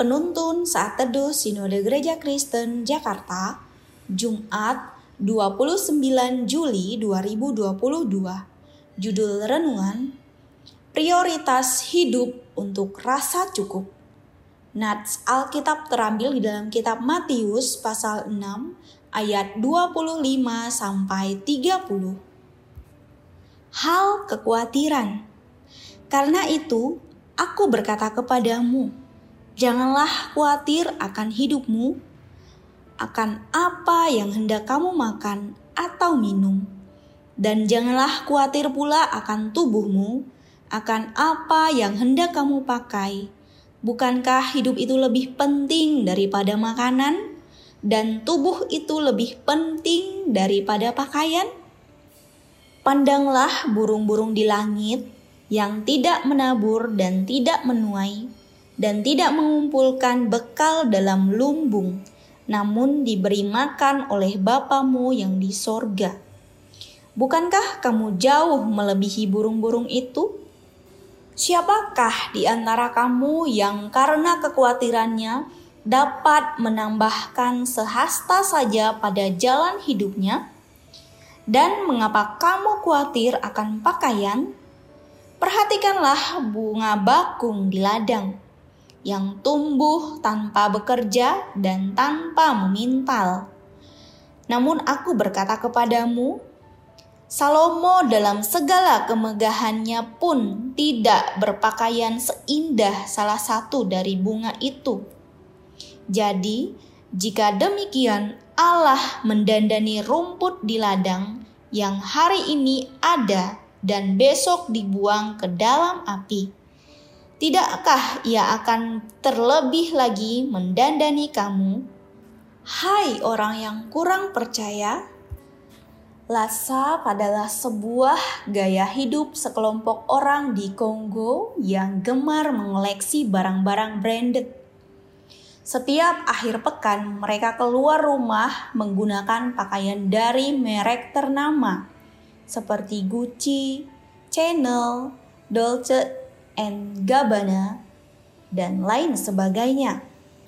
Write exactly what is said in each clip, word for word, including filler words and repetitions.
Penuntun Saat Teduh Sinode Gereja Kristen Jakarta, Jumat dua puluh sembilan Juli dua ribu dua puluh dua. Judul renungan, Prioritas Hidup untuk Rasa Cukup. Nats Alkitab terambil di dalam kitab Matius pasal enam ayat dua puluh lima sampai tiga puluh. Hal kekhawatiran. Karena itu, aku berkata kepadamu, janganlah khawatir akan hidupmu, akan apa yang hendak kamu makan atau minum. Dan janganlah khawatir pula akan tubuhmu, akan apa yang hendak kamu pakai. Bukankah hidup itu lebih penting daripada makanan, dan tubuh itu lebih penting daripada pakaian? Pandanglah burung-burung di langit yang tidak menabur dan tidak menuai, dan tidak mengumpulkan bekal dalam lumbung, namun diberi makan oleh Bapamu yang di sorga. Bukankah kamu jauh melebihi burung-burung itu? Siapakah di antara kamu yang karena kekhawatirannya dapat menambahkan sehasta saja pada jalan hidupnya? Dan mengapa kamu khawatir akan pakaian? Perhatikanlah bunga bakung di ladang, yang tumbuh tanpa bekerja dan tanpa memintal. Namun aku berkata kepadamu, Salomo dalam segala kemegahannya pun tidak berpakaian seindah salah satu dari bunga itu. Jadi, jika demikian Allah mendandani rumput di ladang yang hari ini ada dan besok dibuang ke dalam api, tidakkah ia akan terlebih lagi mendandani kamu, hai orang yang kurang percaya? Lhasa adalah sebuah gaya hidup sekelompok orang di Kongo yang gemar mengoleksi barang-barang branded. Setiap akhir pekan mereka keluar rumah menggunakan pakaian dari merek ternama seperti Gucci, Chanel, Dolce and Gabbana, dan lain sebagainya.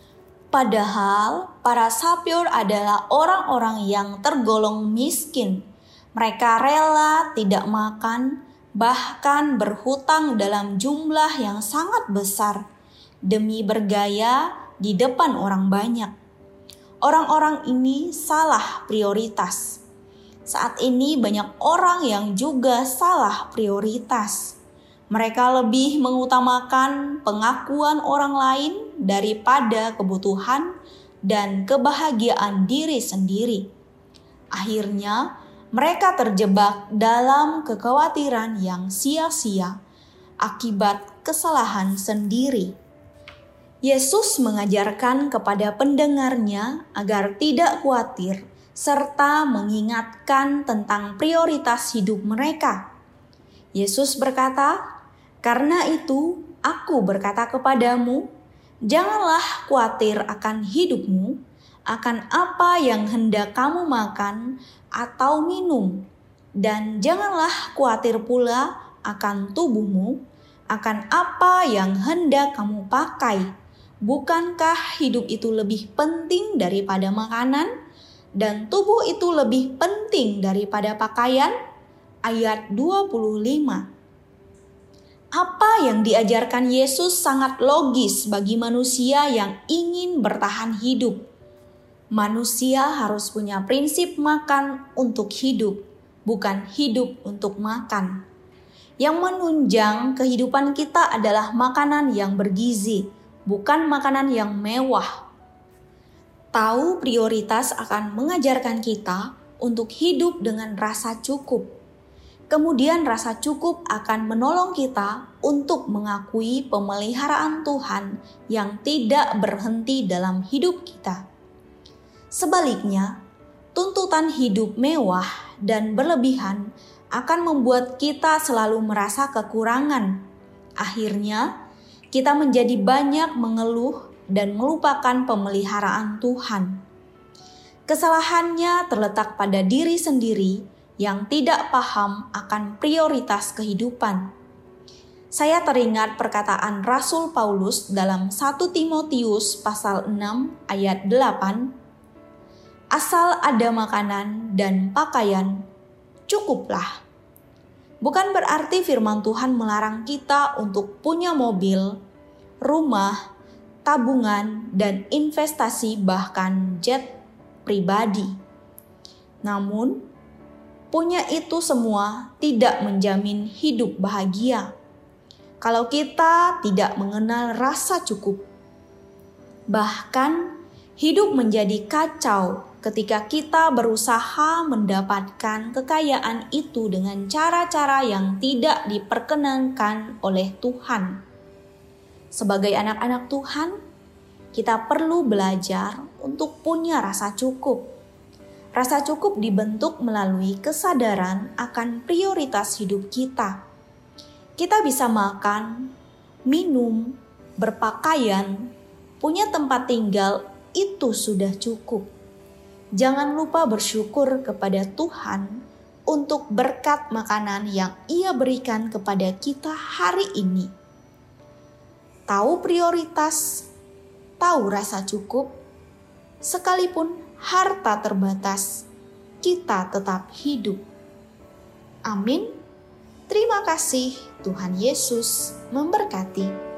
Padahal para sapir adalah orang-orang yang tergolong miskin. Mereka rela tidak makan, bahkan berhutang dalam jumlah yang sangat besar demi bergaya di depan orang banyak. Orang-orang ini salah prioritas. Saat ini banyak orang yang juga salah prioritas. Mereka lebih mengutamakan pengakuan orang lain daripada kebutuhan dan kebahagiaan diri sendiri. Akhirnya, mereka terjebak dalam kekhawatiran yang sia-sia akibat kesalahan sendiri. Yesus mengajarkan kepada pendengarnya agar tidak khawatir serta mengingatkan tentang prioritas hidup mereka. Yesus berkata, "Karena itu, aku berkata kepadamu, janganlah khawatir akan hidupmu, akan apa yang hendak kamu makan atau minum, dan janganlah khawatir pula akan tubuhmu, akan apa yang hendak kamu pakai. Bukankah hidup itu lebih penting daripada makanan, dan tubuh itu lebih penting daripada pakaian?" Ayat dua puluh lima. Apa yang diajarkan Yesus sangat logis bagi manusia yang ingin bertahan hidup. Manusia harus punya prinsip makan untuk hidup, bukan hidup untuk makan. Yang menunjang kehidupan kita adalah makanan yang bergizi, bukan makanan yang mewah. Tahu prioritas akan mengajarkan kita untuk hidup dengan rasa cukup. Kemudian rasa cukup akan menolong kita untuk mengakui pemeliharaan Tuhan yang tidak berhenti dalam hidup kita. Sebaliknya, tuntutan hidup mewah dan berlebihan akan membuat kita selalu merasa kekurangan. Akhirnya, kita menjadi banyak mengeluh dan melupakan pemeliharaan Tuhan. Kesalahannya terletak pada diri sendiri yang tidak paham akan prioritas kehidupan. Saya teringat perkataan Rasul Paulus dalam satu Timotius pasal enam ayat delapan. Asal ada makanan dan pakaian, cukuplah. Bukan berarti firman Tuhan melarang kita untuk punya mobil, rumah, tabungan, dan investasi bahkan jet pribadi. Namun, punya itu semua tidak menjamin hidup bahagia kalau kita tidak mengenal rasa cukup. Bahkan, hidup menjadi kacau ketika kita berusaha mendapatkan kekayaan itu dengan cara-cara yang tidak diperkenankan oleh Tuhan. Sebagai anak-anak Tuhan, kita perlu belajar untuk punya rasa cukup. Rasa cukup dibentuk melalui kesadaran akan prioritas hidup kita. Kita bisa makan, minum, berpakaian, punya tempat tinggal, itu sudah cukup. Jangan lupa bersyukur kepada Tuhan untuk berkat makanan yang Ia berikan kepada kita hari ini. Tahu prioritas, tahu rasa cukup, sekalipun harta terbatas, kita tetap hidup. Amin. Terima kasih, Tuhan Yesus memberkati.